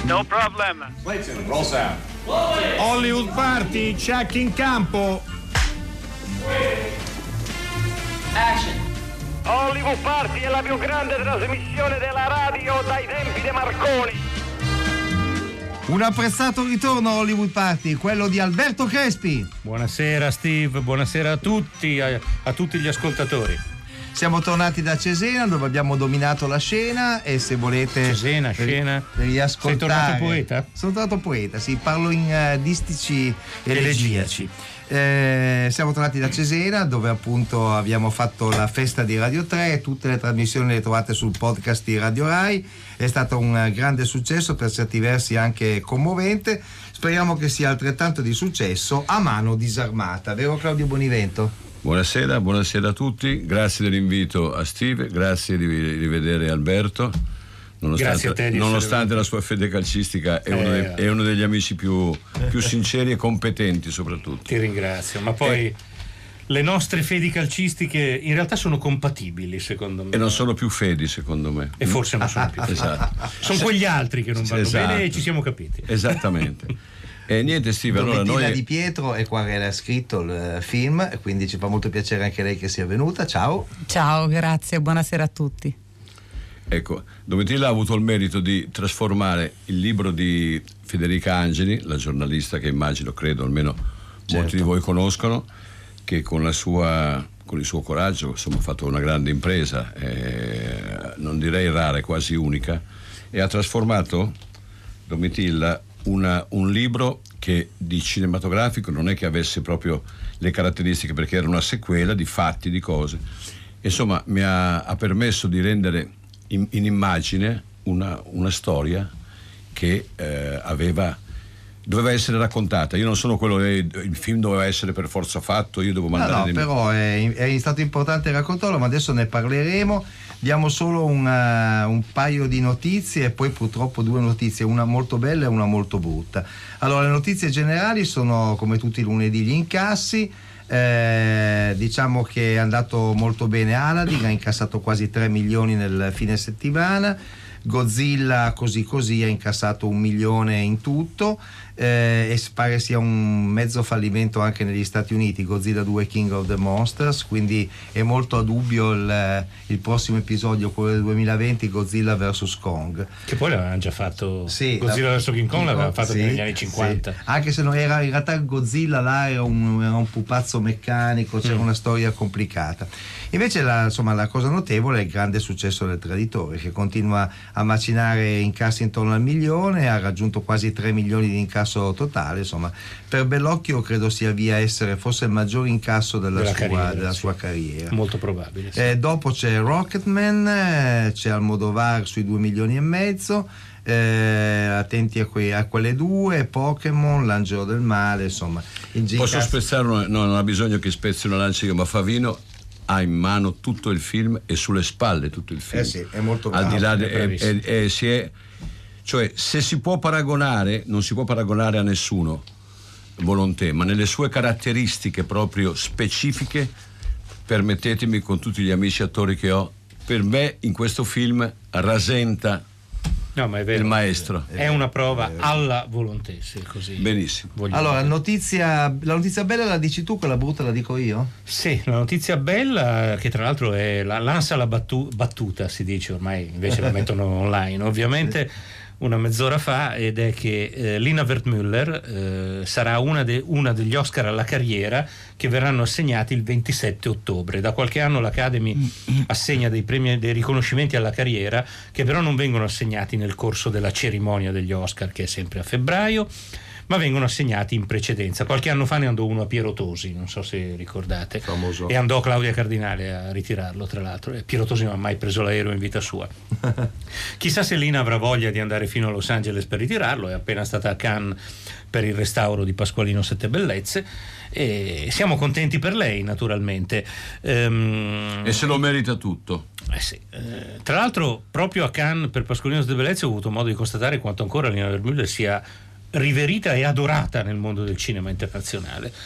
No problem. Clayton, roll sound. Hollywood Party, check in campo. Action. Hollywood Party è la più grande trasmissione della radio dai tempi di Marconi. Un apprezzato ritorno a Hollywood Party, quello di Alberto Crespi. Buonasera Steve, buonasera a tutti, a tutti gli ascoltatori. Siamo tornati da Cesena, dove abbiamo dominato la scena, e se volete Cesena, scena. per riascoltare. Sei tornato poeta? Sono tornato poeta, sì, parlo in distici elegiaci. Siamo tornati da Cesena, dove appunto abbiamo fatto la festa di Radio 3. Tutte le trasmissioni le trovate sul podcast di Radio Rai. È stato un grande successo, per certi versi anche commovente. Speriamo che sia altrettanto di successo a mano disarmata, vero Claudio Bonivento? Buonasera a tutti, grazie dell'invito a Steve, grazie di rivedere Alberto. Grazie a te Nonostante la sua fede calcistica, è uno degli amici più sinceri e competenti, soprattutto. Ti ringrazio, ma poi le nostre fedi calcistiche in realtà sono compatibili, secondo me. E non sono più fedi, secondo me. E forse non sono più fedi. Esatto. Sono quegli altri che non vanno bene, e ci siamo capiti. Esattamente. E niente, Steve, allora Domitilla noi... Di Pietro è qua che ha scritto il film, e quindi ci fa molto piacere anche lei che sia venuta. Ciao. Ciao, grazie, buonasera a tutti. Ecco, Domitilla ha avuto il merito di trasformare il libro di Federica Angeli, la giornalista che immagino, credo, almeno molti di voi conoscono, che con il suo coraggio, insomma, ha fatto una grande impresa, non direi rara, quasi unica, e ha trasformato, Domitilla, un libro che di cinematografico non è che avesse proprio le caratteristiche, perché era una sequela di fatti, di cose. Insomma, mi ha permesso di rendere in immagine una storia che doveva essere raccontata. Io non sono quello che il film doveva essere per forza fatto, io devo mandare però è stato importante raccontarlo, ma adesso ne parleremo. Diamo solo un paio di notizie, e poi purtroppo due notizie, una molto bella e una molto brutta. Allora, le notizie generali sono, come tutti i lunedì, gli incassi. Diciamo che è andato molto bene Aladdin, ha incassato quasi 3 milioni nel fine settimana. Godzilla così ha incassato 1 milione in tutto, e pare sia un mezzo fallimento anche negli Stati Uniti, Godzilla 2 King of the Monsters, quindi è molto a dubbio il prossimo episodio, quello del 2020, Godzilla vs Kong, che poi l'avevano già fatto. Sì, Godzilla vs King Kong l'aveva fatto negli anni 50, sì. Anche se non era, in realtà Godzilla là era un pupazzo meccanico, c'era una storia complicata. Invece la cosa notevole è il grande successo del Traditore, che continua a macinare incassi intorno al milione, ha raggiunto quasi 3 milioni di incasso totale. Insomma, per Bellocchio credo sia via essere forse il maggior incasso della sua carriera. Molto probabile, sì. Dopo c'è Rocketman, c'è Almodovar sui 2 milioni e mezzo. Attenti a quelle due, Pokémon, l'Angelo del Male, insomma. Posso spezzare non ha bisogno che spezzi una lancia io, ma Favino ha in mano tutto il film e sulle spalle tutto il film. Sì, è molto bravo. Al di là cioè, se si può paragonare, non si può paragonare a nessuno, Volontè, ma nelle sue caratteristiche proprio specifiche, permettetemi, con tutti gli amici attori che ho, per me in questo film rasenta. No, ma è vero, il maestro. È una prova alla Volontè, se così. Benissimo. Allora, la notizia bella la dici tu, quella brutta la dico io? Sì, la notizia bella, che tra l'altro è lanza la battuta, si dice ormai, invece la mettono online, ovviamente. Una mezz'ora fa, ed è che Lina Wertmüller sarà una degli Oscar alla carriera che verranno assegnati il 27 ottobre. Da qualche anno l'Academy assegna dei premi, dei riconoscimenti alla carriera, che però non vengono assegnati nel corso della cerimonia degli Oscar, che è sempre a febbraio, ma vengono assegnati in precedenza. Qualche anno fa ne andò uno a Piero Tosi, non so se ricordate, famoso. E andò Claudia Cardinale a ritirarlo, tra l'altro, e Piero Tosi non ha mai preso l'aereo in vita sua. Chissà se Lina avrà voglia di andare fino a Los Angeles per ritirarlo. È appena stata a Cannes per il restauro di Pasqualino Sette Bellezze, e siamo contenti per lei, naturalmente. E se lo merita tutto. Sì. Tra l'altro, proprio a Cannes per Pasqualino Sette Bellezze ho avuto modo di constatare quanto ancora Lina Wertmüller sia riverita e adorata nel mondo del cinema internazionale.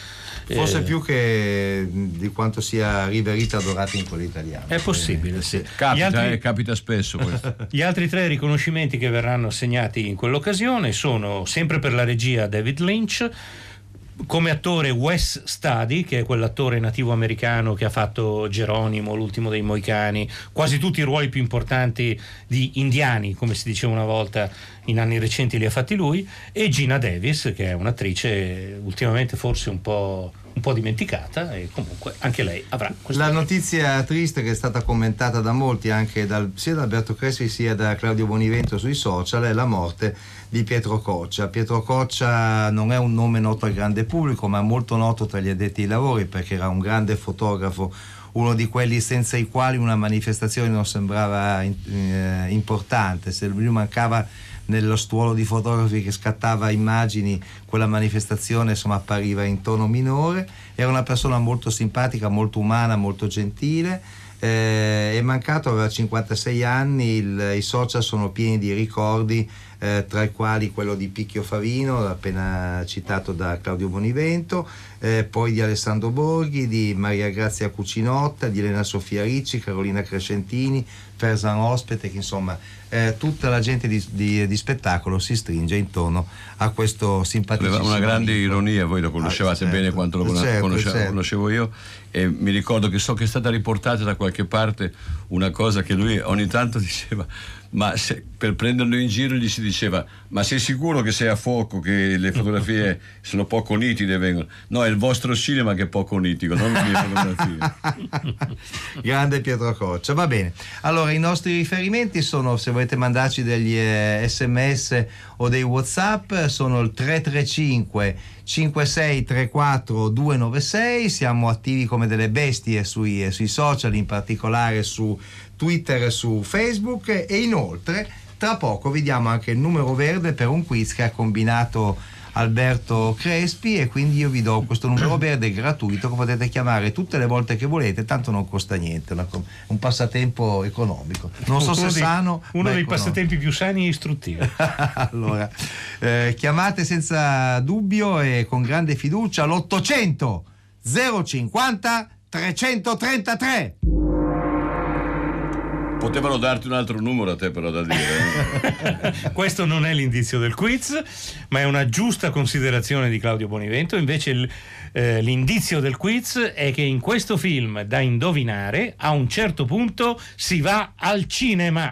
Forse più che di quanto sia riverita adorata in quello italiano. È possibile, sì. Capita spesso questo. Gli altri 3 riconoscimenti che verranno assegnati in quell'occasione sono sempre per la regia David Lynch, come attore Wes Studi, che è quell'attore nativo americano che ha fatto Geronimo, l'ultimo dei Moicani, quasi tutti i ruoli più importanti di indiani, come si diceva una volta, in anni recenti li ha fatti lui, e Gina Davis, che è un'attrice ultimamente forse un po' dimenticata, e comunque anche lei avrà questo. La notizia triste che è stata commentata da molti, anche sia da Alberto Crespi sia da Claudio Bonivento sui social, è la morte di Pietro Coccia. Pietro Coccia non è un nome noto al grande pubblico, ma molto noto tra gli addetti ai lavori, perché era un grande fotografo, uno di quelli senza i quali una manifestazione non sembrava importante. Se lui mancava nello stuolo di fotografi che scattava immagini, quella manifestazione insomma appariva in tono minore. Era una persona molto simpatica, molto umana, molto gentile. È mancato, aveva 56 anni, i social sono pieni di ricordi, tra i quali quello di Picchio Favino, appena citato da Claudio Bonivento, poi di Alessandro Borghi, di Maria Grazia Cucinotta, di Elena Sofia Ricci, Carolina Crescentini, Ferzan Ospete, che insomma tutta la gente di spettacolo si stringe intorno a questo simpaticissimo. Aveva una grande amico. Ironia, voi lo conoscevate certo, bene quanto lo conoscevo io, e mi ricordo che so che è stata riportata da qualche parte una cosa che lui ogni tanto diceva, ma per prenderlo in giro gli si diceva: ma sei sicuro che sei a fuoco, che le fotografie sono poco nitide? Vengono? No, è il vostro cinema che è poco nitido, non le mie fotografie. Grande Pietro Coccia. Va bene, allora i nostri riferimenti sono, se volete mandarci degli sms o dei WhatsApp, sono il 335 5634 296. Siamo attivi come delle bestie sui social, in particolare su Twitter e su Facebook, e inoltre tra poco vi diamo anche il numero verde per un quiz che ha combinato Alberto Crespi, e quindi io vi do questo numero verde gratuito che potete chiamare tutte le volte che volete, tanto non costa niente, un passatempo economico, non so se sano, uno dei passatempi più sani e istruttivi. Allora chiamate senza dubbio e con grande fiducia l'800 050 333. Potevano darti un altro numero a te però da dire. Questo non è l'indizio del quiz, ma è una giusta considerazione di Claudio Bonivento. Invece l'indizio del quiz è che in questo film da indovinare a un certo punto si va al cinema.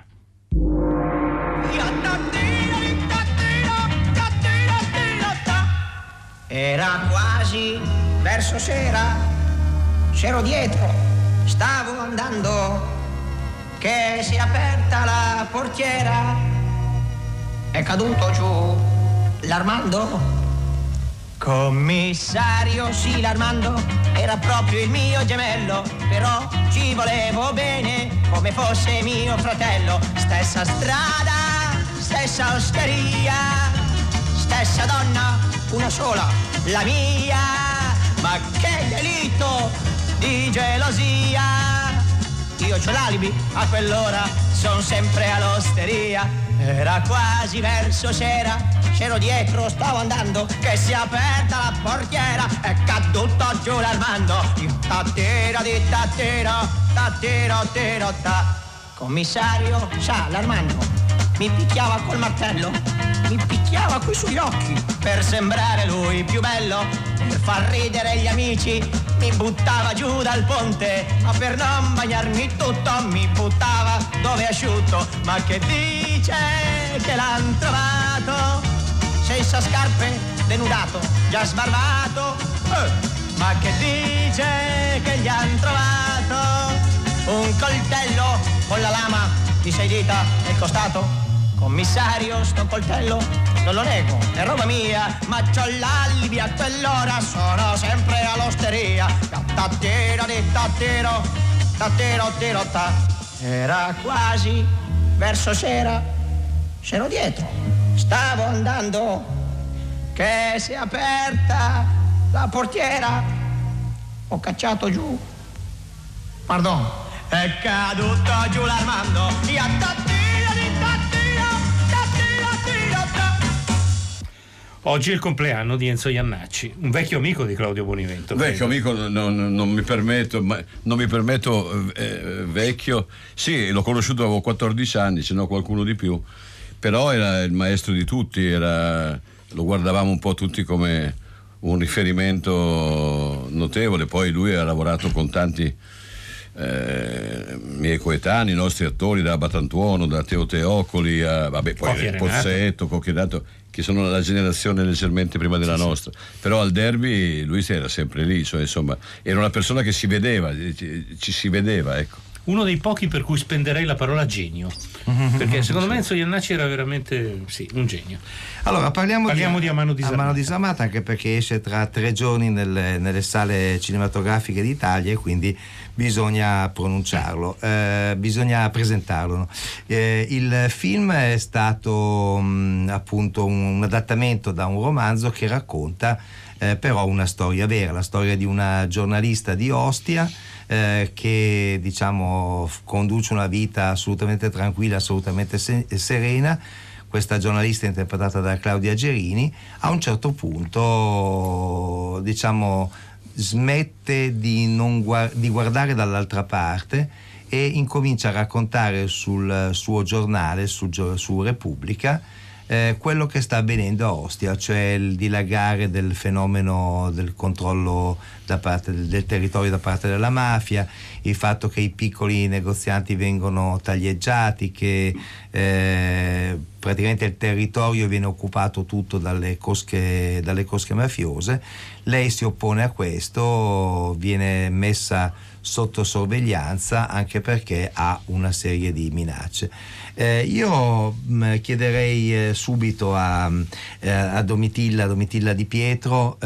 Era quasi verso sera, c'ero dietro, stavo andando, che si è aperta la portiera, è caduto giù l'Armando. Commissario, sì, l'Armando era proprio il mio gemello, però ci volevo bene come fosse mio fratello. Stessa strada, stessa osteria, stessa donna, una sola, la mia. Ma che delitto di gelosia! Io c'ho l'alibi, a quell'ora son sempre all'osteria. Era quasi verso sera, c'ero dietro, stavo andando, che si è aperta la portiera, è caduto giù l'Armando. Tattero di tattero, tattero tero ta. Commissario, sa, l'Armando mi picchiava col martello, mi picchiava qui sugli occhi per sembrare lui più bello, per far ridere gli amici mi buttava giù dal ponte, ma per non bagnarmi tutto mi buttava dove è asciutto. Ma che dice che l'han trovato senza scarpe, denudato, già sbarbato, ma che dice che gli han trovato un coltello con la lama di 6 dita nel costato. Commissario, sto coltello non lo nego, è roba mia, ma c'ho l'alibi, a quell'ora sono sempre all'osteria. Tattero di tattero, tattero tero ta. Era quasi verso sera, c'ero dietro, stavo andando, che si è aperta la portiera, ho cacciato giù, pardon, è caduto giù l'Armando. Oggi è il compleanno di Enzo Jannacci, un vecchio amico di Claudio Bonivento. Vecchio amico, non mi permetto vecchio. Sì, l'ho conosciuto, avevo 14 anni, ce n'ho qualcuno di più, però era il maestro di tutti, lo guardavamo un po' tutti come un riferimento notevole. Poi lui ha lavorato con tanti miei coetanei, i nostri attori, da Batantuono, da Teo Teocoli a poi Pozzetto, Cocchienato, che sono la generazione leggermente prima della nostra. Però al Derby lui era sempre lì, cioè, insomma, era una persona che si vedeva, ci si vedeva, ecco. Uno dei pochi per cui spenderei la parola genio, perché secondo me Enzo Jannacci era veramente un genio. Allora parliamo di A mano disarmata. A mano disarmata, anche perché esce tra 3 giorni nelle sale cinematografiche d'Italia, e quindi bisogna pronunciarlo, bisogna presentarlo, no? Il film è stato appunto un adattamento da un romanzo che racconta però una storia vera, la storia di una giornalista di Ostia che diciamo conduce una vita assolutamente tranquilla, assolutamente serena. Questa giornalista, interpretata da Claudia Gerini, a un certo punto diciamo smette di guardare dall'altra parte e incomincia a raccontare sul suo giornale, su Repubblica, quello che sta avvenendo a Ostia, cioè il dilagare del fenomeno del controllo da parte del territorio da parte della mafia, il fatto che i piccoli negozianti vengono taglieggiati, che praticamente il territorio viene occupato tutto dalle cosche mafiose. Lei si oppone a questo, viene messa sotto sorveglianza, anche perché ha una serie di minacce. Io chiederei subito a Domitilla Di Pietro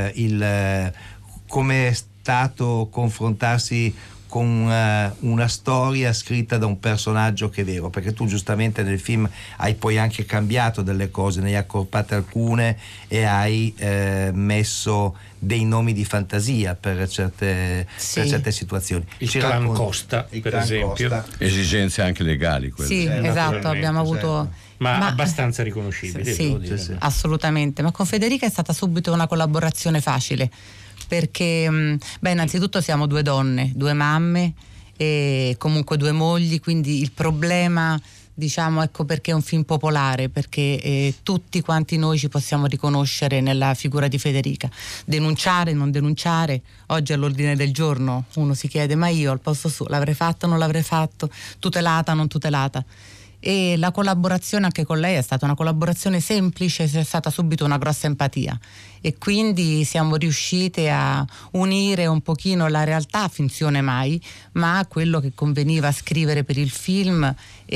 come è stato confrontarsi con una storia scritta da un personaggio che è vero, perché tu giustamente nel film hai poi anche cambiato delle cose, ne hai accorpate alcune e hai messo dei nomi di fantasia per certe situazioni. Il clan Costa, per esempio. Costa. Esigenze anche legali quelle. Sì, esatto, abbiamo avuto... Ma abbastanza riconoscibili, sì, assolutamente. Ma con Federica è stata subito una collaborazione facile, perché innanzitutto siamo 2 donne, 2 mamme e comunque 2 mogli, quindi il problema, diciamo, ecco perché è un film popolare, perché tutti quanti noi ci possiamo riconoscere nella figura di Federica. Denunciare, non denunciare, oggi all'ordine del giorno uno si chiede: ma io al posto suo l'avrei fatto, non l'avrei fatto, tutelata, non tutelata? E la collaborazione anche con lei è stata una collaborazione semplice, c'è stata subito una grossa empatia e quindi siamo riuscite a unire un pochino la realtà, finzione mai, ma quello che conveniva scrivere per il film.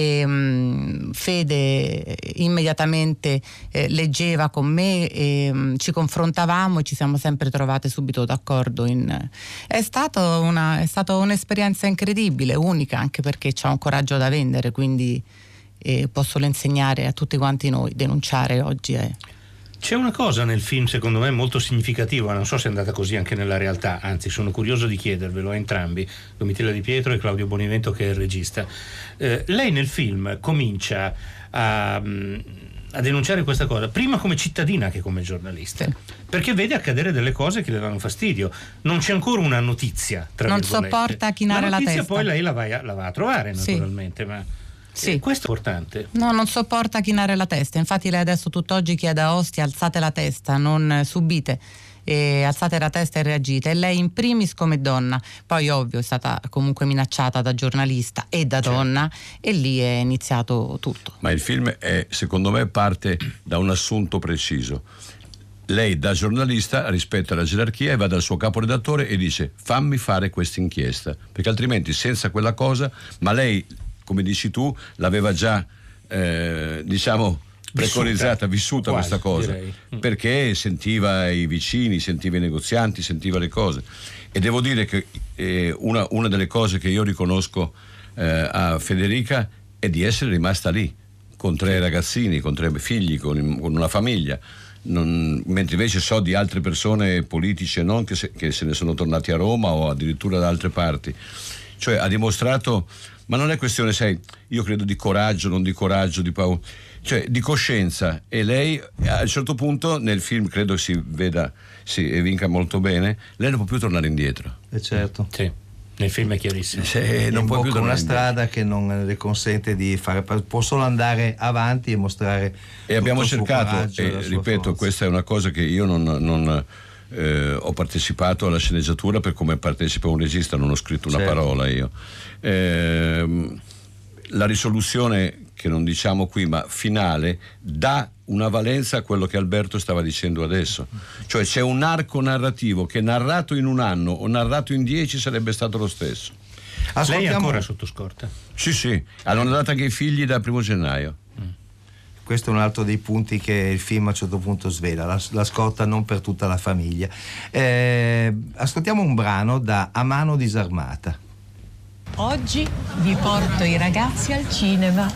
E Fede immediatamente leggeva con me e ci confrontavamo e ci siamo sempre trovate subito d'accordo. È stata un'esperienza incredibile, unica, anche perché c'ha un coraggio da vendere, quindi posso solo insegnare a tutti quanti noi: denunciare oggi è... C'è una cosa nel film secondo me molto significativa, non so se è andata così anche nella realtà, anzi sono curioso di chiedervelo a entrambi, Domitilla Di Pietro e Claudio Bonivento che è il regista. Lei nel film comincia a denunciare questa cosa prima come cittadina che come giornalista, sì, perché vede accadere delle cose che le danno fastidio. Non c'è ancora una notizia, tra non virgolette. Sopporta chinare la testa. Poi lei la va a trovare naturalmente, sì, ma sì, questo è importante. No, non sopporta chinare la testa. Infatti lei adesso tutt'oggi chiede a Ostia: alzate la testa, non subite, alzate la testa e reagite. E lei in primis come donna, poi ovvio è stata comunque minacciata da giornalista e da donna, e lì è iniziato tutto. Ma il film secondo me parte da un assunto preciso. Lei da giornalista rispetta la gerarchia e va dal suo caporedattore e dice: fammi fare questa inchiesta, perché altrimenti senza quella cosa, ma lei, come dici tu, l'aveva già diciamo preconizzata, vissuta quasi, questa cosa, direi. Perché sentiva i vicini, sentiva i negozianti, sentiva le cose. E devo dire che una delle cose che io riconosco a Federica è di essere rimasta lì con 3 ragazzini, con 3 figli, con una famiglia. Mentre invece so di altre persone, politici e non, che se ne sono tornati a Roma o addirittura da altre parti. Cioè ha dimostrato, ma non è questione, sai, io credo di coraggio, non di coraggio, di paura. cioè di coscienza, e lei a un certo punto nel film credo si veda, e vinca molto bene, lei non può più tornare indietro. Certo. Sì, nel film è chiarissimo. Non può più tornare una strada che non le consente di fare, può solo andare avanti e mostrare. E abbiamo cercato, coraggio, e ripeto, forza. questa è una cosa che io non ho partecipato alla sceneggiatura per come partecipa un regista, non ho scritto una parola io. La risoluzione, che non diciamo qui, ma finale, dà una valenza a quello che Alberto stava dicendo adesso, cioè c'è un arco narrativo che narrato in un anno o narrato in 10 sarebbe stato lo stesso. Lei è ancora sotto scorta? Sì, hanno dato anche i figli dal 1 gennaio. Questo è un altro dei punti che il film a un certo punto svela, la scorta non per tutta la famiglia. Ascoltiamo un brano da A mano disarmata. Oggi vi porto i ragazzi al cinema.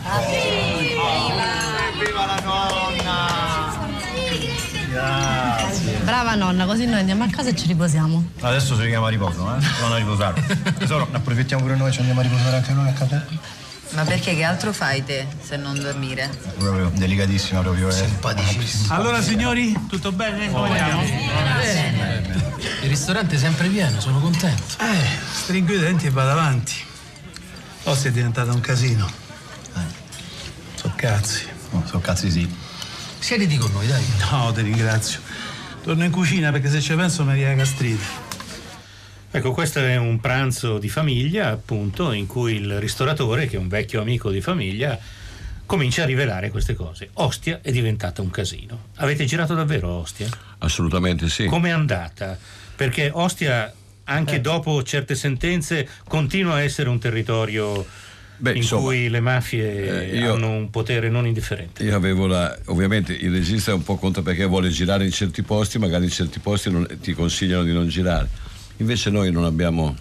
Viva la nonna! Grazie. Brava nonna, così noi andiamo a casa e ci riposiamo. Adesso si chiama riposo, non a riposare. Tesoro, ne approfittiamo pure noi, ci andiamo a riposare anche noi a casa. Ma perché che altro fai te se non dormire? Proprio delicatissima, proprio. Simpaticissima. Allora signori, tutto bene? Come andiamo? Bene. Il ristorante è sempre pieno, sono contento. Stringo i denti e vado avanti. Ostia è diventata un casino. So cazzi. So cazzi sì. Siediti con noi, dai. No, ti ringrazio. Torno in cucina perché se ci penso mi viene gastrite. Ecco, questo è un pranzo di famiglia, appunto, in cui il ristoratore, che è un vecchio amico di famiglia, comincia a rivelare queste cose. Ostia è diventata un casino. Avete girato davvero Ostia? Assolutamente sì. Com'è andata? Perché Ostia, anche dopo certe sentenze, continua a essere un territorio cui le mafie hanno un potere non indifferente. Io avevo ovviamente il regista è un po' contro perché vuole girare in certi posti, magari in certi posti ti consigliano di non girare. Invece noi non abbiamo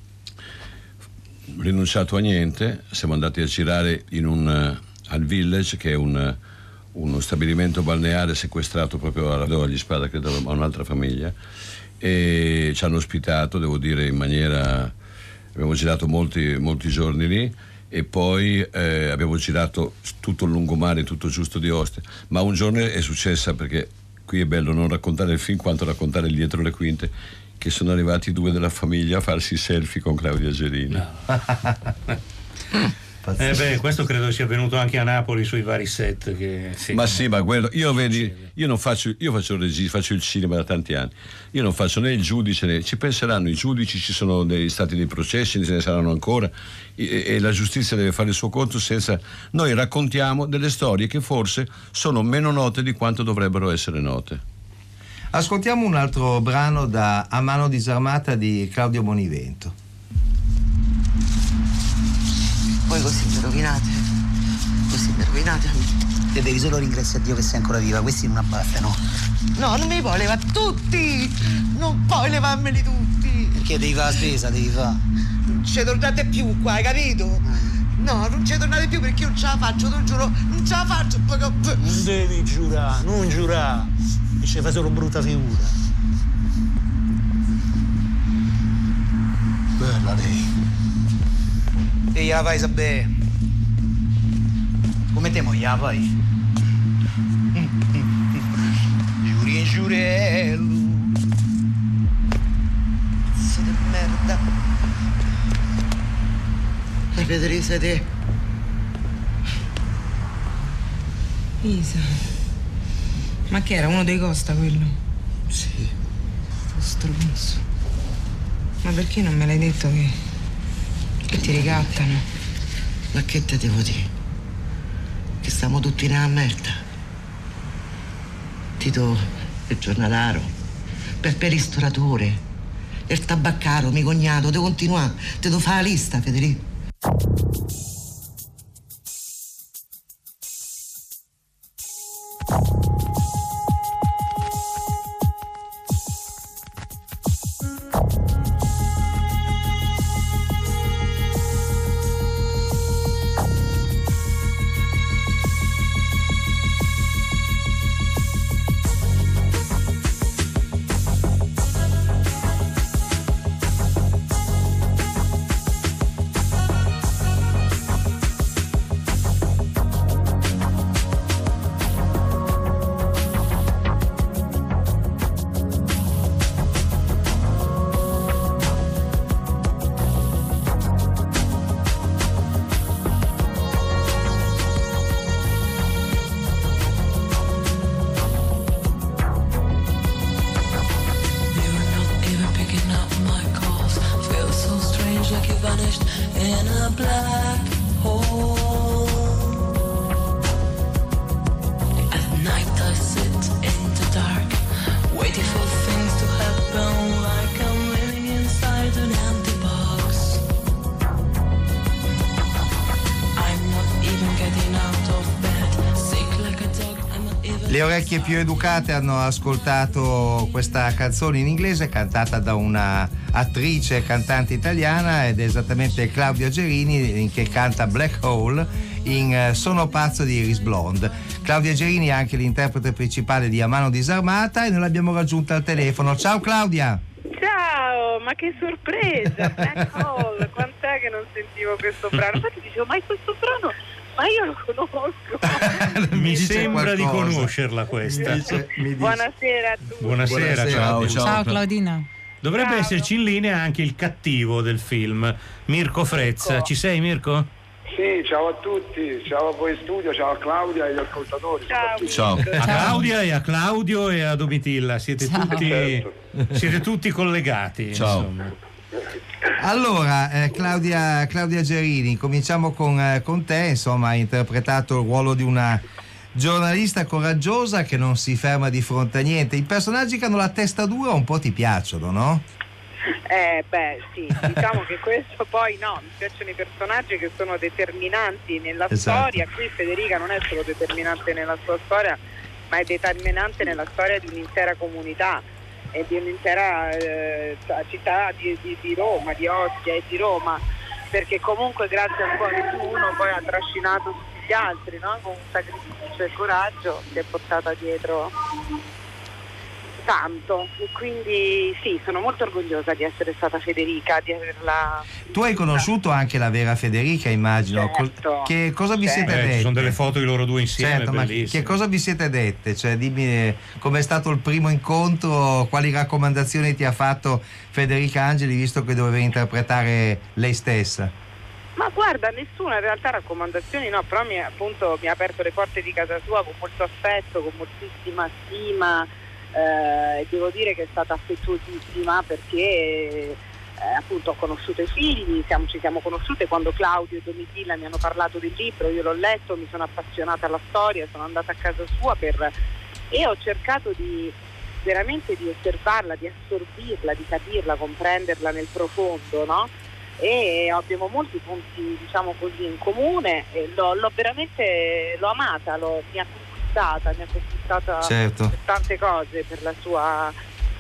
rinunciato a niente, siamo andati a girare al Village, che è uno stabilimento balneare sequestrato proprio agli Spada, credo, a un'altra famiglia, e ci hanno ospitato, devo dire, in maniera... Abbiamo girato molti giorni lì, e poi abbiamo girato tutto il lungomare, tutto giusto di Ostia, ma un giorno è successa, perché qui è bello non raccontare il film quanto raccontare il dietro le quinte, che sono arrivati 2 della famiglia a farsi selfie con Claudia Gerini. No. Questo credo sia avvenuto anche a Napoli sui vari set che, sì. Ma sì, ma quello io faccio il regista, faccio il cinema da tanti anni, io non faccio né il giudice né ci penseranno i giudici, ci sono stati dei processi, ce ne saranno ancora, e la giustizia deve fare il suo conto. Noi raccontiamo delle storie che forse sono meno note di quanto dovrebbero essere note. Ascoltiamo un altro brano da A mano disarmata di Claudio Bonivento. Poi così mi rovinate. Te devi solo ringraziare Dio che sei ancora viva, questi non abbastano. No, non mi puoi levare tutti! Non puoi levarmeli tutti! Perché devi fare la spesa, devi fare. Non ci tornate più qua, hai capito? No, non ci tornate più perché io non ce la faccio, te lo giuro, non ce la faccio. Non devi giurare, non giurare, e ci fai solo brutta figura. Bella lei. E gliela fai sapere. Come te mo gliela fai? Giuri in giurello. Pezzo di merda. E vedrete sei te. Isa. Ma che era uno dei Costa quello? Sì. Sto stronzo. Ma perché non me l'hai detto che ti ricattano? Ma che te devo dire? Che stiamo tutti nella merda. Tito il giornalaro, per il ristoratore, il tabaccaro, mio cognato, devo continuare, te devo fare la lista, Federico. I sit in the dark, waiting for things to happen, like I'm living inside an empty box. I'm not even getting out of bed, sick like a dog, I'm not even... Le orecchie più educate hanno ascoltato questa canzone in inglese cantata da una attrice e cantante italiana, ed è esattamente Claudia Gerini che canta Black Hole in Sono pazzo di Iris Blonde. Claudia Gerini è anche l'interprete principale di A mano disarmata e noi l'abbiamo raggiunta al telefono. Ciao Claudia! Ciao, ma che sorpresa! Black Hole, quant'è che non sentivo questo brano? Infatti dicevo, ma questo brano... Ma io lo conosco. Mi sembra di conoscerla questa. Buonasera a tutti. Buonasera. Ciao Claudina. Dovrebbe esserci in linea anche il cattivo del film, Mirko Frezza. Ecco. Ci sei, Mirko? Sì, ciao a tutti, ciao a voi in studio, ciao a Claudia e agli ascoltatori. Ciao. A Claudia e a Claudio e a Domitilla, siete tutti collegati. Ciao. Insomma. Allora, Claudia Gerini, cominciamo con te. Insomma, hai interpretato il ruolo di una giornalista coraggiosa che non si ferma di fronte a niente. I personaggi che hanno la testa dura un po' ti piacciono, no? Sì, diciamo che questo poi no, mi piacciono i personaggi che sono determinanti nella Esatto. storia. Qui Federica non è solo determinante nella sua storia, ma è determinante nella storia di un'intera comunità e di un'intera città di Roma, di Ostia e di Roma, perché comunque grazie al quale uno poi ha trascinato tutti gli altri, no? Con un sacrificio e coraggio si è portata dietro tanto, e quindi sì, sono molto orgogliosa di essere stata Federica, di averla... Tu hai conosciuto anche la vera Federica, immagino. Certo. Che cosa vi siete dette? Ci sono delle foto di loro due insieme, certo, ma bellissime. che cosa vi siete dette? Cioè, dimmi com'è stato il primo incontro, quali raccomandazioni ti ha fatto Federica Angeli, visto che dovevi interpretare lei stessa? Ma guarda, nessuna in realtà raccomandazioni, no, però mi ha aperto le porte di casa sua con molto affetto, con moltissima stima. Devo dire che è stata affettuosissima perché appunto ho conosciuto i figli, ci siamo conosciute quando Claudio e Domitilla mi hanno parlato del libro, io l'ho letto, mi sono appassionata alla storia, sono andata a casa sua e ho cercato veramente di osservarla, di assorbirla, di capirla, comprenderla nel profondo, no? E abbiamo molti punti, diciamo così, in comune e l'ho amata, mi ha conquistata certo. Per tante cose, per la sua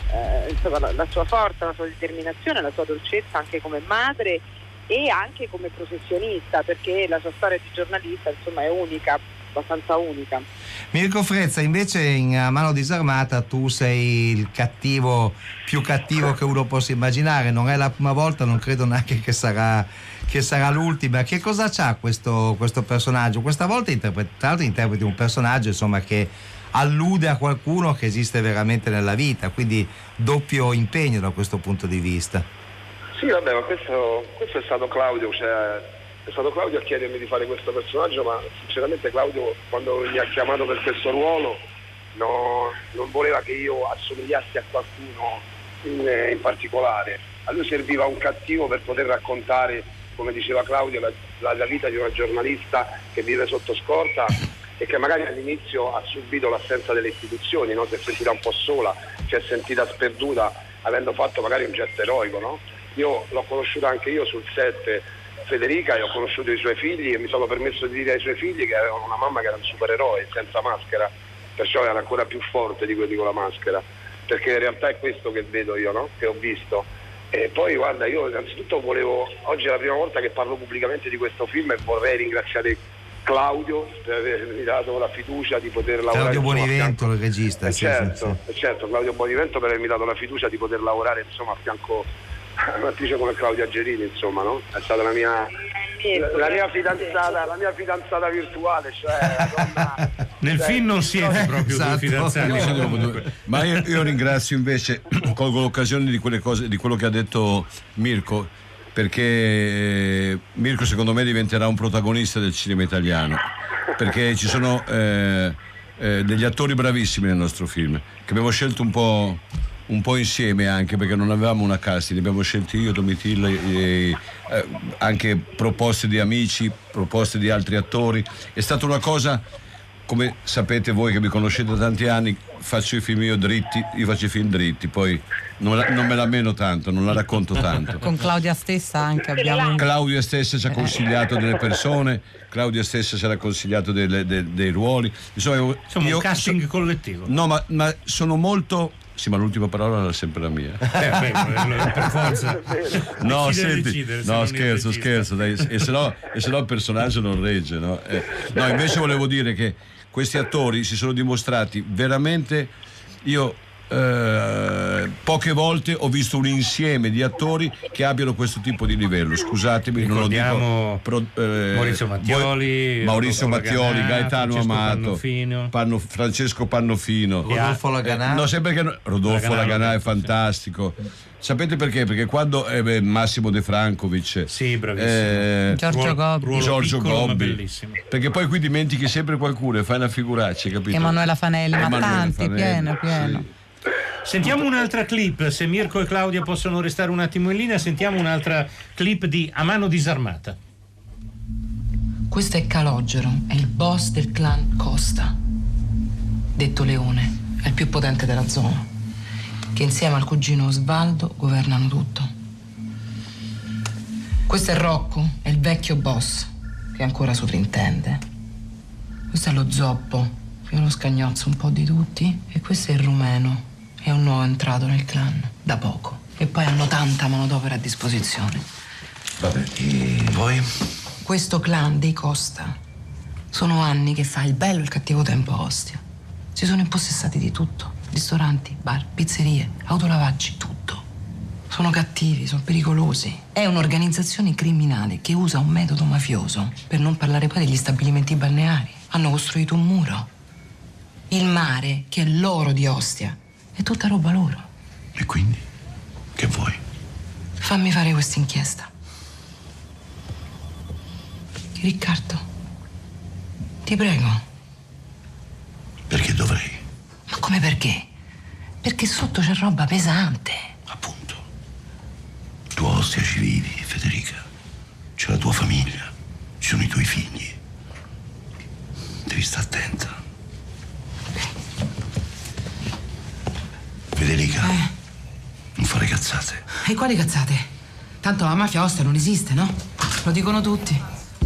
la sua forza, la sua determinazione, la sua dolcezza anche come madre e anche come professionista, perché la sua storia di giornalista insomma è unica, abbastanza unica. Mirko Frezza, invece in A mano disarmata tu sei il cattivo più cattivo che uno possa immaginare, non è la prima volta, non credo neanche che sarà l'ultima. Che cosa c'ha questo personaggio? Questa volta tra l'altro interpreti un personaggio insomma che allude a qualcuno che esiste veramente nella vita, quindi doppio impegno da questo punto di vista. Sì, vabbè, ma questo è stato Claudio, cioè è stato Claudio a chiedermi di fare questo personaggio, ma sinceramente Claudio quando mi ha chiamato per questo ruolo non voleva che io assomigliassi a qualcuno in particolare. A lui serviva un cattivo per poter raccontare, come diceva Claudio, la vita di una giornalista che vive sotto scorta e che magari all'inizio ha subito l'assenza delle istituzioni, no? Si è sentita un po' sola, si è sentita sperduta avendo fatto magari un gesto eroico, no? Io l'ho conosciuta anche io sul set Federica e ho conosciuto i suoi figli e mi sono permesso di dire ai suoi figli che avevano una mamma che era un supereroe senza maschera, perciò era ancora più forte di quelli con la maschera, perché in realtà è questo che vedo io, no? Che ho visto. E poi guarda, io innanzitutto oggi è la prima volta che parlo pubblicamente di questo film e vorrei ringraziare Claudio per avermi dato la fiducia di poter lavorare. Claudio Bonivento, il regista. Certo, Claudio Bonivento per avermi dato la fiducia di poter lavorare insomma a fianco a un'attrice come Claudia Gerini, insomma, no? È stata la mia fidanzata virtuale, cioè nel film non siete proprio due fidanzati. Ma io ringrazio invece, colgo l'occasione di quello che ha detto Mirko, perché Mirko secondo me diventerà un protagonista del cinema italiano, perché ci sono degli attori bravissimi nel nostro film che abbiamo scelto un po' insieme, anche perché non avevamo una cast, li abbiamo scelti io, Domitilla, anche proposte di amici, proposte di altri attori. È stata una cosa come sapete voi che mi conoscete da tanti anni, faccio i film io dritti, io faccio i film dritti, poi non me la meno tanto, non la racconto tanto. Con Claudia stessa anche abbiamo... Claudia stessa ci ha consigliato delle persone, Claudia stessa ci ha consigliato dei ruoli. Insomma, un casting collettivo. No, ma sono molto... Sì, ma l'ultima parola era sempre la mia. Per forza. No, senti, no, scherzo, dai, e se no il personaggio non regge, no? No, invece volevo dire che questi attori si sono dimostrati veramente, io poche volte ho visto un insieme di attori che abbiano questo tipo di livello. Scusatemi, non lo dico. Maurizio Mattioli, Gaetano Amato, Francesco Pannofino, Rodolfo Laganà. No, sempre che Rodolfo Laganà è fantastico. Sapete perché? Perché quando Massimo De Francovic, sì, bravissimo. Giorgio Gobbi, perché poi qui dimentichi sempre qualcuno e fai una figuraccia, capito? Emanuela Fanelli, ma tanti, pieno. Sì. Sentiamo un'altra clip, se Mirko e Claudia possono restare un attimo in linea, sentiamo un'altra clip di A mano disarmata. Questo è Calogero, è il boss del clan Costa, detto Leone, è il più potente della zona, che insieme al cugino Osvaldo governano tutto. Questo è Rocco, è il vecchio boss, che ancora sovrintende. Questo è lo Zoppo, che è uno scagnozzo un po' di tutti, e questo è il Rumeno, è un nuovo entrato nel clan, da poco. E poi hanno tanta manodopera a disposizione. Vabbè, e voi? Questo clan dei Costa sono anni che fa il bello e il cattivo tempo a Ostia. Si sono impossessati di tutto. Ristoranti, bar, pizzerie, autolavaggi, tutto. Sono cattivi, sono pericolosi. È un'organizzazione criminale che usa un metodo mafioso, per non parlare poi degli stabilimenti balneari. Hanno costruito un muro. Il mare, che è l'oro di Ostia, è tutta roba loro. E quindi? Che vuoi? Fammi fare questa inchiesta. Riccardo, ti prego. Perché dovrei? Ma come perché? Perché sotto c'è roba pesante. Appunto. Tu a Ostia ci vivi, Federica. C'è la tua famiglia, ci sono i tuoi figli. Devi stare attenta. Federica, non fare cazzate. E quali cazzate? Tanto la mafia a Ostia non esiste, no? Lo dicono tutti.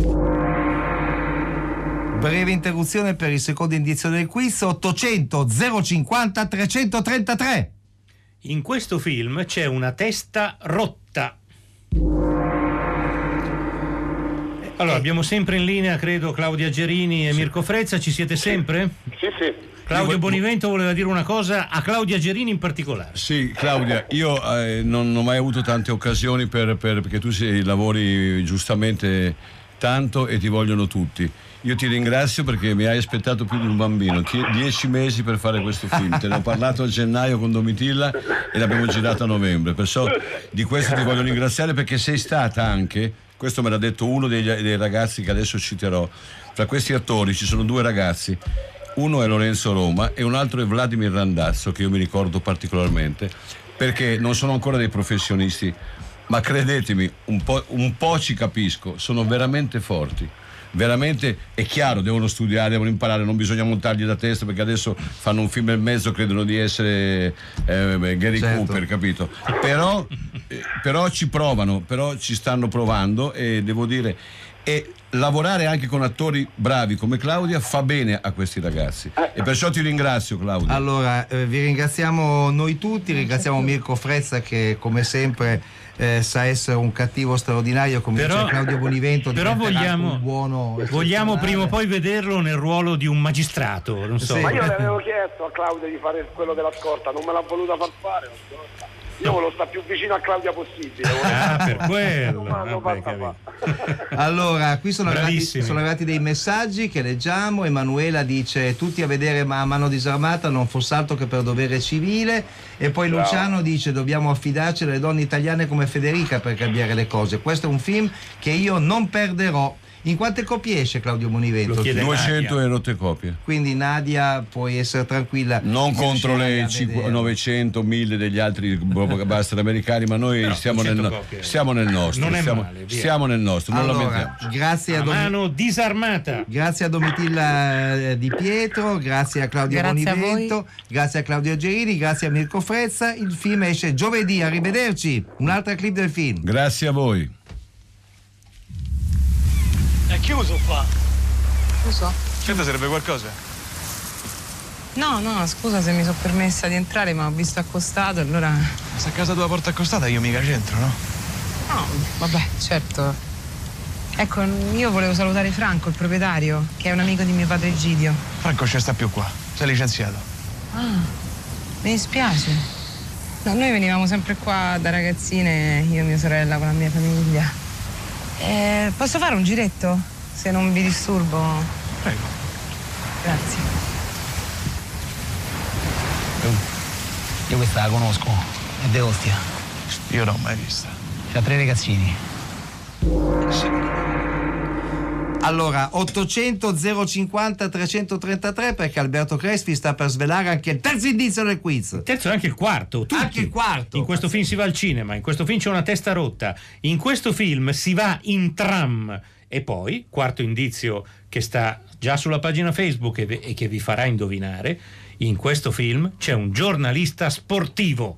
Breve interruzione per il secondo indizio del quiz. 800 050 333. In questo film c'è una testa rotta. Allora, abbiamo sempre in linea, credo, Claudia Gerini e Mirko Frezza. Ci siete sempre? Sì. Claudio Bonivento voleva dire una cosa a Claudia Gerini in particolare. Sì, Claudia, io non ho mai avuto tante occasioni perché tu lavori giustamente tanto e ti vogliono tutti. Io ti ringrazio perché mi hai aspettato più di un bambino, 10 mesi per fare questo film. Te ne ho parlato a gennaio con Domitilla e l'abbiamo girato a novembre, perciò di questo ti voglio ringraziare, perché sei stata anche, questo me l'ha detto uno dei ragazzi che adesso citerò, fra questi attori ci sono due ragazzi, uno è Lorenzo Roma e un altro è Vladimir Randazzo, che io mi ricordo particolarmente, perché non sono ancora dei professionisti, ma credetemi, un po' ci capisco, sono veramente forti. Veramente è chiaro, devono studiare, devono imparare, non bisogna montargli da testa, perché adesso fanno un film e mezzo, credono di essere Gary Cooper, capito? Però ci provano, però ci stanno provando, e devo dire, e lavorare anche con attori bravi come Claudia fa bene a questi ragazzi, e perciò ti ringrazio, Claudia. Allora, vi ringraziamo noi tutti, ringraziamo Mirko Frezza che come sempre sa essere un cattivo straordinario, come dice Claudio Bonivento, però vogliamo prima o poi vederlo nel ruolo di un magistrato, non so. Ma io le avevo chiesto a Claudio di fare quello della scorta, non me l'ha voluta far fare. Io volevo stare più vicino a Claudia possibile. Per quello. Allora, qui sono arrivati dei messaggi che leggiamo. Emanuela dice: tutti a vedere Ma a mano disarmata, non fosse altro che per dovere civile. E poi Luciano dice: dobbiamo affidarci alle donne italiane come Federica per cambiare le cose. Questo è un film che io non perderò. In quante copie esce Claudio Bonivento? 200 e rotte copie. Quindi Nadia puoi essere tranquilla. Non contro le 900, 1000 degli altri blockbuster americani, ma noi stiamo nel nostro. Non è male, via. Stiamo nel nostro, non Allora, lamentiamoci. grazie a mano disarmata. Grazie a Domitilla Di Pietro, grazie a Claudio Grazie a Bonivento, grazie a Claudio Gerini, grazie a Mirko Frezza. Il film esce giovedì, arrivederci. Un'altra clip del film. Grazie a voi. È chiuso qua. Chiuso? Certo, serve qualcosa? No, scusa se mi sono permessa di entrare, ma ho visto accostato, allora... Ma sta a casa tua porta accostata, io mica c'entro, no? No, vabbè, certo. Ecco, io volevo salutare Franco, il proprietario, che è un amico di mio padre Egidio. Franco ci sta più qua, sei licenziato. Ah, mi dispiace. No, noi venivamo sempre qua da ragazzine, io e mia sorella con la mia famiglia. Posso fare un giretto? Se non vi disturbo. Prego. Grazie. Io questa la conosco, è De Ostia. Io non l'ho mai vista. C'ha 3 ragazzini. Allora, 800 050 333 perché Alberto Crespi sta per svelare anche il terzo indizio del quiz. Il terzo e anche il quarto. Tutti. Anche il quarto. In questo film si va al cinema, in questo film c'è una testa rotta, in questo film si va in tram. E poi, quarto indizio che sta già sulla pagina Facebook e che vi farà indovinare, in questo film c'è un giornalista sportivo.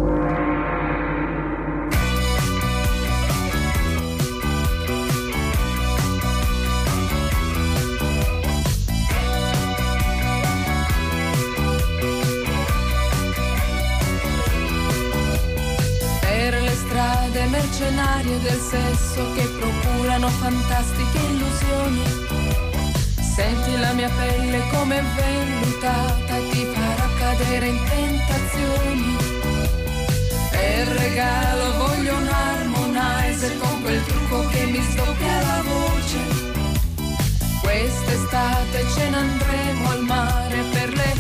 Mercenarie del sesso che procurano fantastiche illusioni. Senti la mia pelle come vellutata e ti farà cadere in tentazioni. Per regalo voglio un harmonizer con quel trucco che mi sdoppia la voce. Quest'estate ce ne andremo al mare per le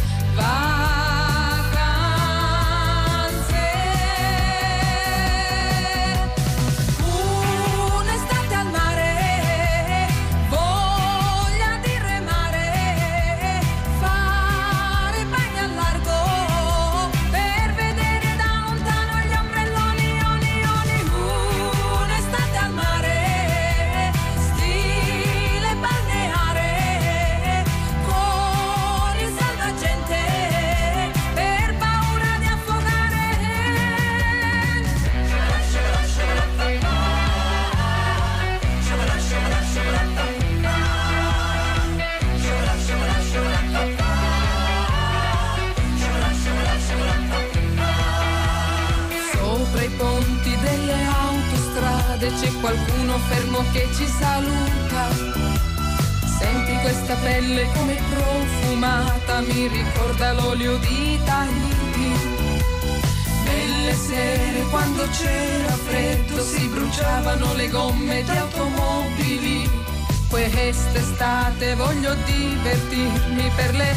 c'è qualcuno fermo che ci saluta. Senti questa pelle come profumata, mi ricorda l'olio di Tahiti. Nelle sere quando c'era freddo si bruciavano le gomme di automobili. Quest'estate voglio divertirmi per le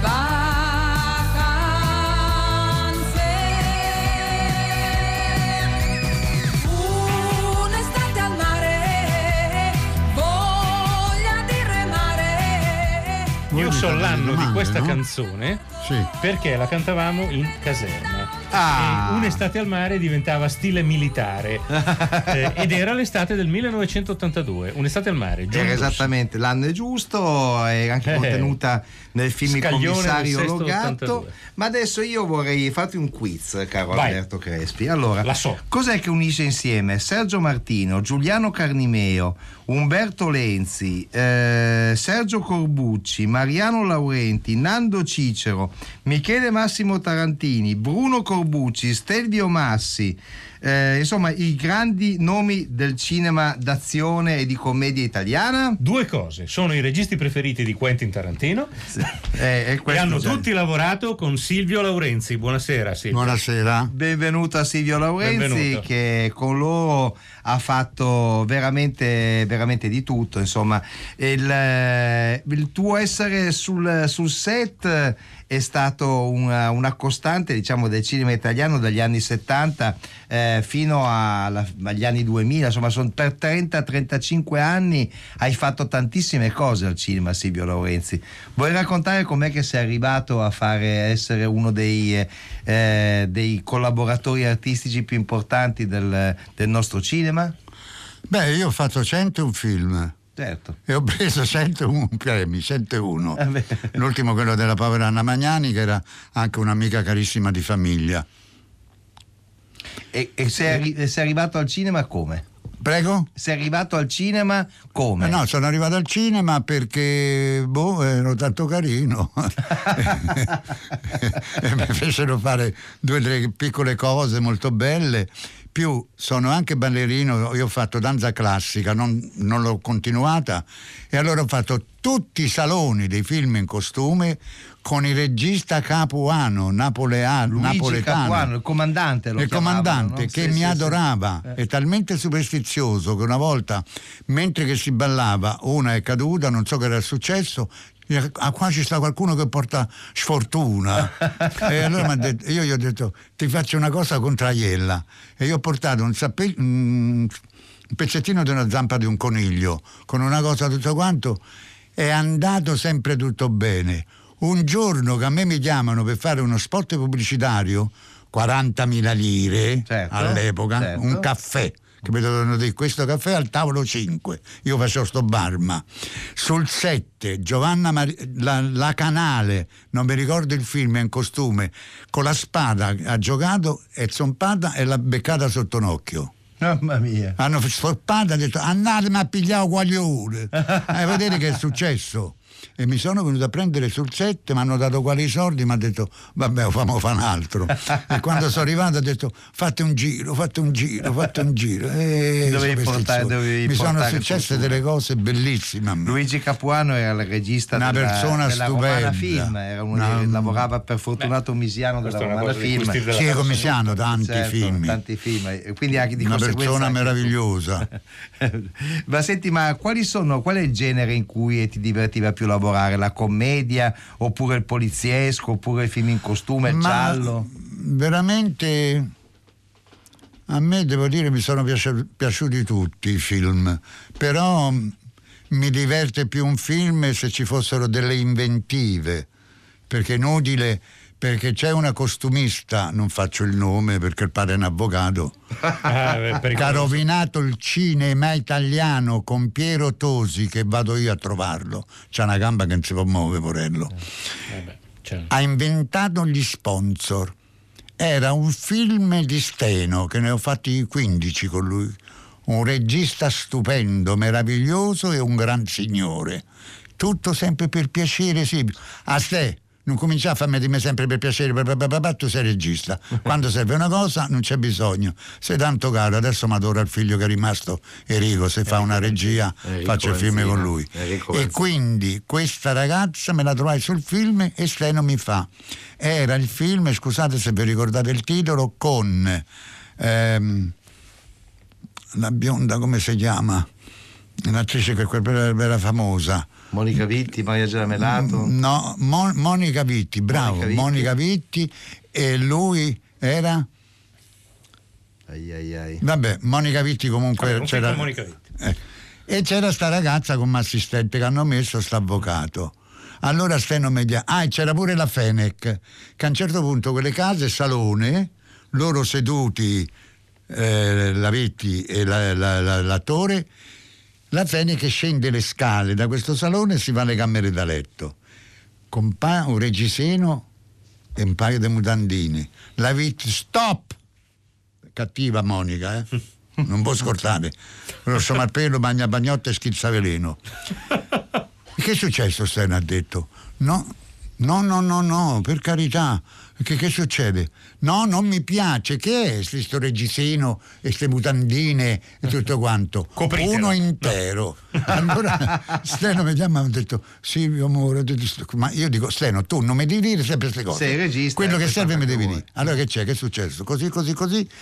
Io so l'anno di questa canzone perché la cantavamo in caserma. E un'estate al mare diventava stile militare ed era l'estate del 1982. Un'estate al mare. Era esattamente l'anno è giusto, è anche contenuta nel film Il commissario Logatto. Ma adesso io vorrei farti un quiz, caro Alberto Crespi. Allora, cos'è che unisce insieme Sergio Martino, Giuliano Carnimeo, Umberto Lenzi, Sergio Corbucci, Mariano Laurenti, Nando Cicero, Michele Massimo Tarantini, Bruno Corbucci, Stelvio Massi, insomma i grandi nomi del cinema d'azione e di commedia italiana? Due cose: sono i registi preferiti di Quentin Tarantino e hanno tutti lavorato con Silvio Laurenzi. Buonasera Silvio. Buonasera. Benvenuto a Silvio Laurenzi, che con loro ha fatto veramente di tutto, insomma. Il tuo essere sul set è stato una costante, diciamo, del cinema italiano dagli anni 70 fino agli anni 2000, insomma per 30-35 anni hai fatto tantissime cose al cinema, Silvio Laurenzi. Vuoi raccontare com'è che sei arrivato a essere uno dei collaboratori artistici più importanti del nostro cinema? Beh, io ho fatto 101 film. Certo. E ho preso 101 premi, 101. L'ultimo, quello della povera Anna Magnani, che era anche un'amica carissima di famiglia. E sei arrivato al cinema come? Prego? Sei arrivato al cinema come? No, sono arrivato al cinema perché ero tanto carino e mi fecero fare 2 o 3 piccole cose molto belle. Più sono anche ballerino, io ho fatto danza classica, non l'ho continuata, e allora ho fatto tutti i saloni dei film in costume con il regista Capuano, napoletano, Capuano, il comandante, il comandante, no? Che mi adorava. È talmente superstizioso che una volta, mentre che si ballava, una è caduta, non so che era successo. Qua ci sta qualcuno che porta sfortuna. E allora io gli ho detto: ti faccio una cosa contro Aiella, e io ho portato un pezzettino di una zampa di un coniglio con una cosa, tutto quanto è andato sempre tutto bene. Un giorno che a me mi chiamano per fare uno spot pubblicitario, 40.000 lire, certo, all'epoca, certo, un caffè, che mi dovevano dire: questo caffè al tavolo 5, io facevo sto barma. Sul 7 Giovanna la Canale, non mi ricordo il film, in costume, con la spada ha giocato, è zompata e l'ha beccata sotto un occhio. Mamma mia. Hanno stoppato e hanno detto: andatemi a pigliare guaglione. Vedere che è successo. E mi sono venuto a prendere sul set, mi hanno dato quali soldi, mi ha detto: vabbè, famo fa un altro. E quando sono arrivato ha detto: fate un giro. E mi sono successe delle cose bellissime a me. Luigi Capuano era il regista una persona della Romana Film, era lavorava per Fortunato Misiano della Romana Film. Sì, come siano tanti film. E quindi anche di una persona meravigliosa. Ma senti, qual è il genere in cui ti divertiva più lavorare? La commedia, oppure il poliziesco, oppure il film in costume, il giallo? Veramente a me, devo dire, mi sono piaciuti tutti i film, però mi diverte più un film se ci fossero delle inventive, perché è inutile. Perché c'è una costumista, non faccio il nome perché il padre è un avvocato, che ha rovinato il cinema italiano con Piero Tosi, che vado io a trovarlo, c'ha una gamba che non si può muovere, porello. Ha inventato gli sponsor. Era un film di Steno, che ne ho fatti 15 con lui, un regista stupendo, meraviglioso e un gran signore, tutto sempre per piacere. Sì, a te non cominciare a farmi di me sempre per piacere, tu sei regista, quando serve una cosa non c'è bisogno, sei tanto caro. Adesso mi adora il figlio che è rimasto, Enrico, se fa una regia faccio il film con lui. E quindi questa ragazza me la trovai sul film e Steno mi fa, era il film, scusate se vi ricordate il titolo, con la bionda, come si chiama, l'attrice che era famosa, Monica Vitti, Maria Gela Melato? No, Monica Vitti, bravo, Monica Vitti, e lui era? Vabbè, Monica Vitti comunque c'era. Monica Vitti. E c'era sta ragazza come assistente che hanno messo sta-avvocato. Allora Steno mi dice: e c'era pure la Fenech, che a un certo punto quelle case salone, loro seduti, la Vitti e l'attore, la Fenech che scende le scale da questo salone e si va alle camere da letto con un reggiseno e un paio di mutandine. La Vitti: stop! Cattiva Monica, non può scordare. Rosso Marpello, bagna bagnotta e schizza veleno. Che è successo? Steno ha detto: no, per carità. Che succede? No, non mi piace. Che è sto reggiseno e ste mutandine e tutto quanto? Copritelo. Uno intero. No. Allora Steno mi chiama e mi ha detto: Silvio amore, ma io dico: Steno, tu non mi devi dire sempre queste cose. Sei regista. Quello che serve mi devi dire. Allora che c'è? Che è successo? Così.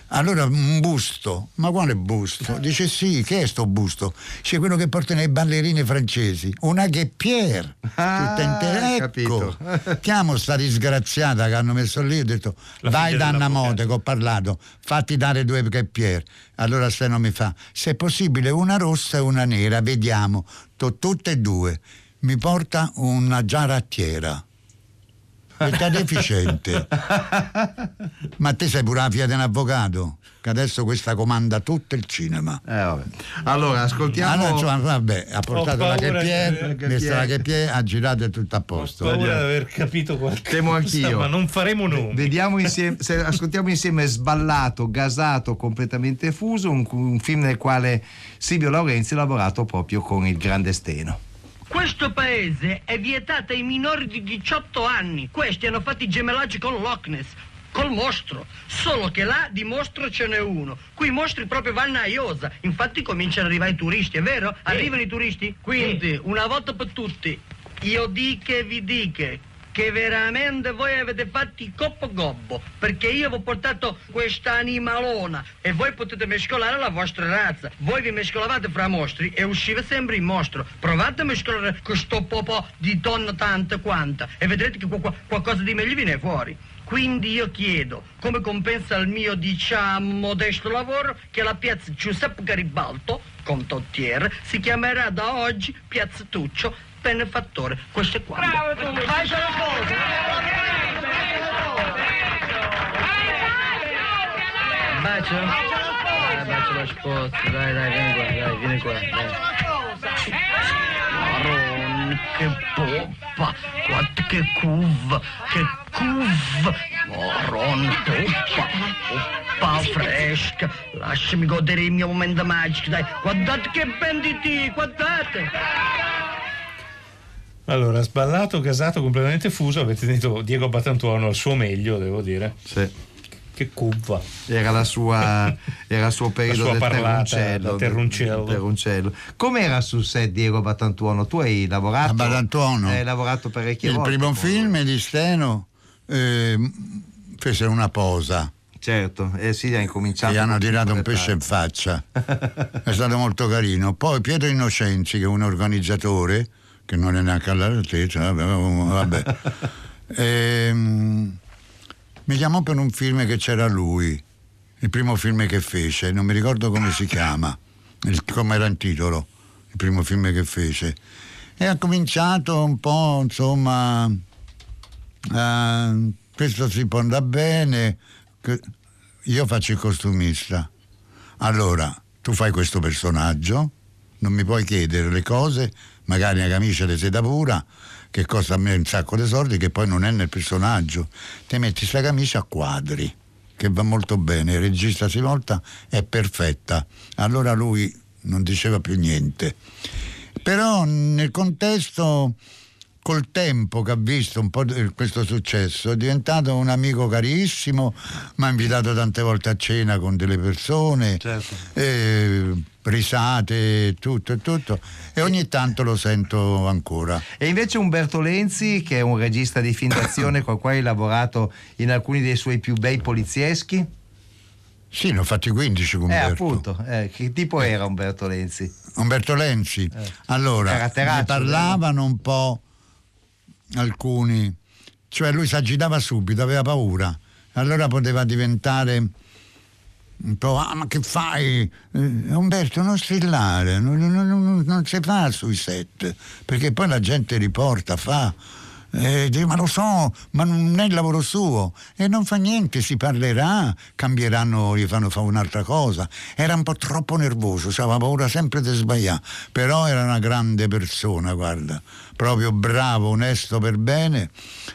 Allora un busto, ma quale busto? Dice sì, che è sto busto? C'è quello che portano le ballerine francesi, una Guépierre, tutta intera. Ecco, chiamo sta disgraziata che hanno messo lì, ho detto vai da Anna Mote che ho parlato, fatti dare 2 Guépierre. Allora Steno mi fa, se è possibile una rossa e una nera, vediamo, tutte e 2. Mi porta una giarattiera. È deficiente. Ma te sei pure la figlia di un avvocato, che adesso questa comanda tutto il cinema. Vabbè. Allora ascoltiamo. Allora, vabbè, ha portato la Guépierre, ha girato e tutto a posto. Ho paura di aver capito qualcosa. Temo anch'io. Ma non faremo nomi. Vediamo insieme, ascoltiamo insieme Sballato, gasato, completamente fuso, un film nel quale Silvio Laurenzi ha lavorato proprio con il grande Steno. Questo paese è vietato ai minori di 18 anni. Questi hanno fatto i gemellaggi con Loch Ness, col mostro. Solo che là di mostro ce n'è uno. Qui i mostri proprio vanno a iosa. Infatti cominciano ad arrivare i turisti, è vero? Arrivano i turisti? Quindi, una volta per tutti, io dico e vi dico che veramente voi avete fatto il coppo gobbo, perché io vi ho portato questa animalona e voi potete mescolare la vostra razza. Voi vi mescolavate fra mostri e usciva sempre il mostro. Provate a mescolare questo popò di donna tanta quanta e vedrete che qualcosa di meglio viene fuori. Quindi io chiedo, come compensa al mio, diciamo, modesto lavoro, che la piazza Giuseppe Garibaldo, condottiere, si chiamerà da oggi Piazza Tuccio Benefattore. Questo è quanto. Bravo tu! Bacia la sposa! Bacio? Bacio la sposa, dai, vieni qua, Marron, che poppa, guarda che cuv, Marron, poppa fresca, lasciami godere il mio momento magico, dai, guardate che ben di te, guardate! Allora, Sballato, gasato, completamente fuso, avete detto Diego Battantuono al suo meglio, devo dire. Sì. Che cubba. Era il suo periodo sua del parlata, terruncello. Com'era sul set Diego Battantuono? Tu hai lavorato? A Battantuono. Hai lavorato parecchie volte. Il primo film di Steno fece una posa. Certo, sì, ha incominciato. Gli hanno tirato un pesce in faccia. È stato molto carino. Poi Pietro Innocenzi, che è un organizzatore, che non è neanche all'altezza, vabbè. Mi chiamò per un film che c'era lui, il primo film che fece, non mi ricordo come si chiama, come era il titolo, il primo film che fece. E ha cominciato un po', insomma, questo si può andare bene, io faccio il costumista. Allora, tu fai questo personaggio, non mi puoi chiedere le cose, magari una camicia di seta pura che costa a me un sacco di soldi, che poi non è nel personaggio, ti metti sta camicia a quadri che va molto bene, il regista si volta, è perfetta. Allora lui non diceva più niente, però nel contesto, col tempo che ha visto un po' questo successo, è diventato un amico carissimo, mi ha invitato tante volte a cena con delle persone, certo. Risate, tutto, e ogni tanto lo sento ancora. E invece Umberto Lenzi, che è un regista di film d'azione con il quale hai lavorato in alcuni dei suoi più bei polizieschi? Sì, ne ho fatti 15 con Umberto. Appunto, che tipo era Umberto Lenzi? Umberto Lenzi? Allora, ne parlavano un po' alcuni, cioè lui si agitava subito, aveva paura, allora poteva diventare un po', ma che fai? Umberto, non strillare, non si fa sui set, perché poi la gente riporta, dice, ma lo so, ma non è il lavoro suo, e non fa niente, si parlerà, cambieranno, gli fanno fare un'altra cosa. Era un po' troppo nervoso, aveva paura sempre di sbagliare, però era una grande persona, guarda, proprio bravo, onesto per bene.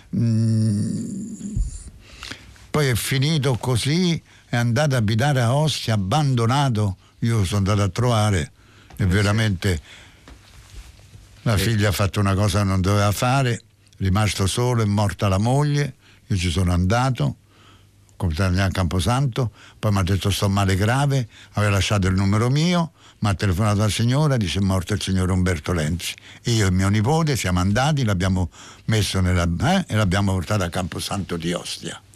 Poi è finito così, è andato a abitare a Ostia, abbandonato. Io sono andato a trovare e veramente la figlia ha fatto una cosa che non doveva fare, rimasto solo, è morta la moglie, io ci sono andato con a Camposanto, poi mi ha detto sto male grave, aveva lasciato il numero mio, mi ha telefonato la signora, dice è morto il signor Umberto Lenzi. Io e mio nipote siamo andati, l'abbiamo messo e l'abbiamo portato a Camposanto di Ostia.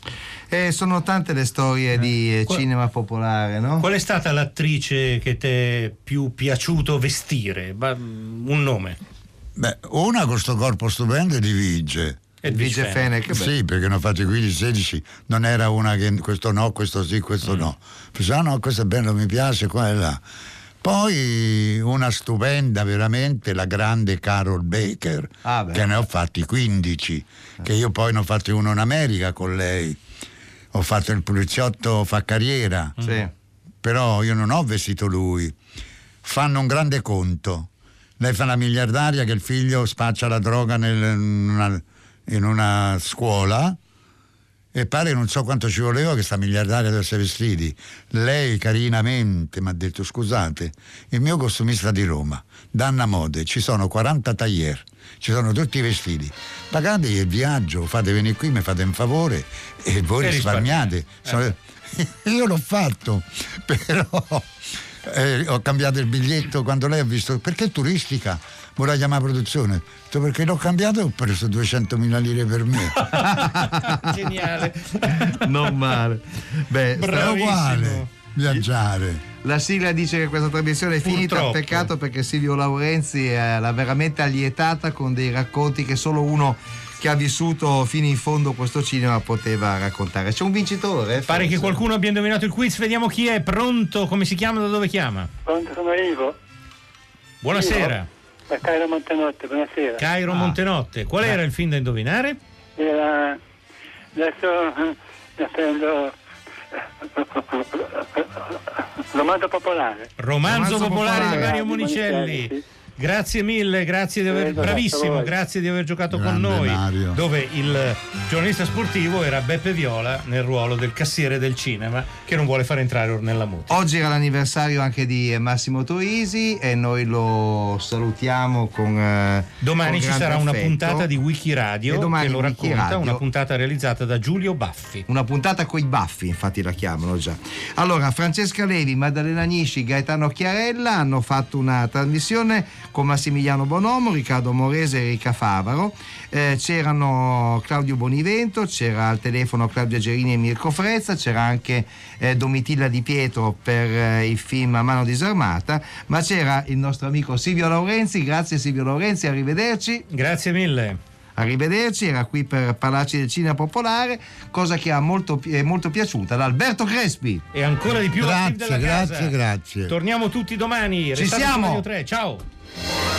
Sono tante le storie di cinema popolare, no? Qual è stata l'attrice che ti è più piaciuto vestire? Un nome? Beh, una con questo corpo stupendo è di Vige. Vige Fenech. Sì, perché ne ho fatti 15-16, non era una che questo no, questo sì, questo no. Pensavo, no, questo è bello, mi piace, qua e là. Poi una stupenda veramente, la grande Carol Baker, che ne ho fatti 15, che io poi ne ho fatti uno in America con lei. Ho fatto il poliziotto fa carriera, però io non ho vestito lui. Fanno un grande conto. Lei fa la miliardaria che il figlio spaccia la droga in una scuola e pare non so quanto ci voleva che sta miliardaria dovesse vestiti. Lei carinamente mi ha detto: scusate, il mio costumista di Roma, Danna Mode, ci sono 40 tailleur, ci sono tutti i vestiti, pagate il viaggio, fate venire qui, mi fate un favore e voi risparmiate. Io l'ho fatto, però ho cambiato il biglietto quando lei ha visto, perché è turistica, vorrà chiamare produzione, perché l'ho cambiato e ho preso 200.000 lire per me. Geniale. Non male. Beh, è uguale viaggiare. La sigla dice che questa trasmissione è finita. Purtroppo. Peccato, perché Silvio Laurenzi l'ha veramente allietata con dei racconti che solo uno che ha vissuto fino in fondo questo cinema poteva raccontare. C'è un vincitore? Pare che qualcuno abbia indovinato il quiz, vediamo chi è. Pronto? Come si chiama? Da dove chiama? Pronto, sono Ivo. Buonasera. Da Cairo Montenotte, buonasera. Cairo Montenotte. Qual era il film da indovinare? Era... Adesso ne prendo... Romanzo popolare. Romanzo popolare di Mario Monicelli. Sì. Grazie mille, grazie di aver, bravissimo, grazie di aver giocato con noi. Mario. Dove il giornalista sportivo era Beppe Viola nel ruolo del cassiere del cinema che non vuole far entrare Ornella Muti. Oggi era l'anniversario anche di Massimo Troisi e noi lo salutiamo con domani con ci grande sarà una affetto. puntata di Wiki Radio E domani che lo Wiki racconta, Radio. una puntata realizzata da Giulio Baffi. Una puntata coi baffi, infatti la chiamano già. Allora, Francesca Levi, Maddalena Nisci, Gaetano Chiarella hanno fatto una trasmissione con Massimiliano Bonomo, Riccardo Morese e Enrica Favaro. C'erano Claudio Bonivento, c'era al telefono Claudia Gerini e Mirko Frezza, c'era anche Domitilla Di Pietro per il film A mano disarmata, ma c'era il nostro amico Silvio Laurenzi. Grazie Silvio Laurenzi, arrivederci. Grazie mille. Arrivederci, era qui per parlarci del cinema popolare, cosa che è molto piaciuta ad Alberto Crespi. E ancora di più a Steve della Casa. Grazie. Torniamo tutti domani. Ci Restate su siamo. Radio 3. Ciao.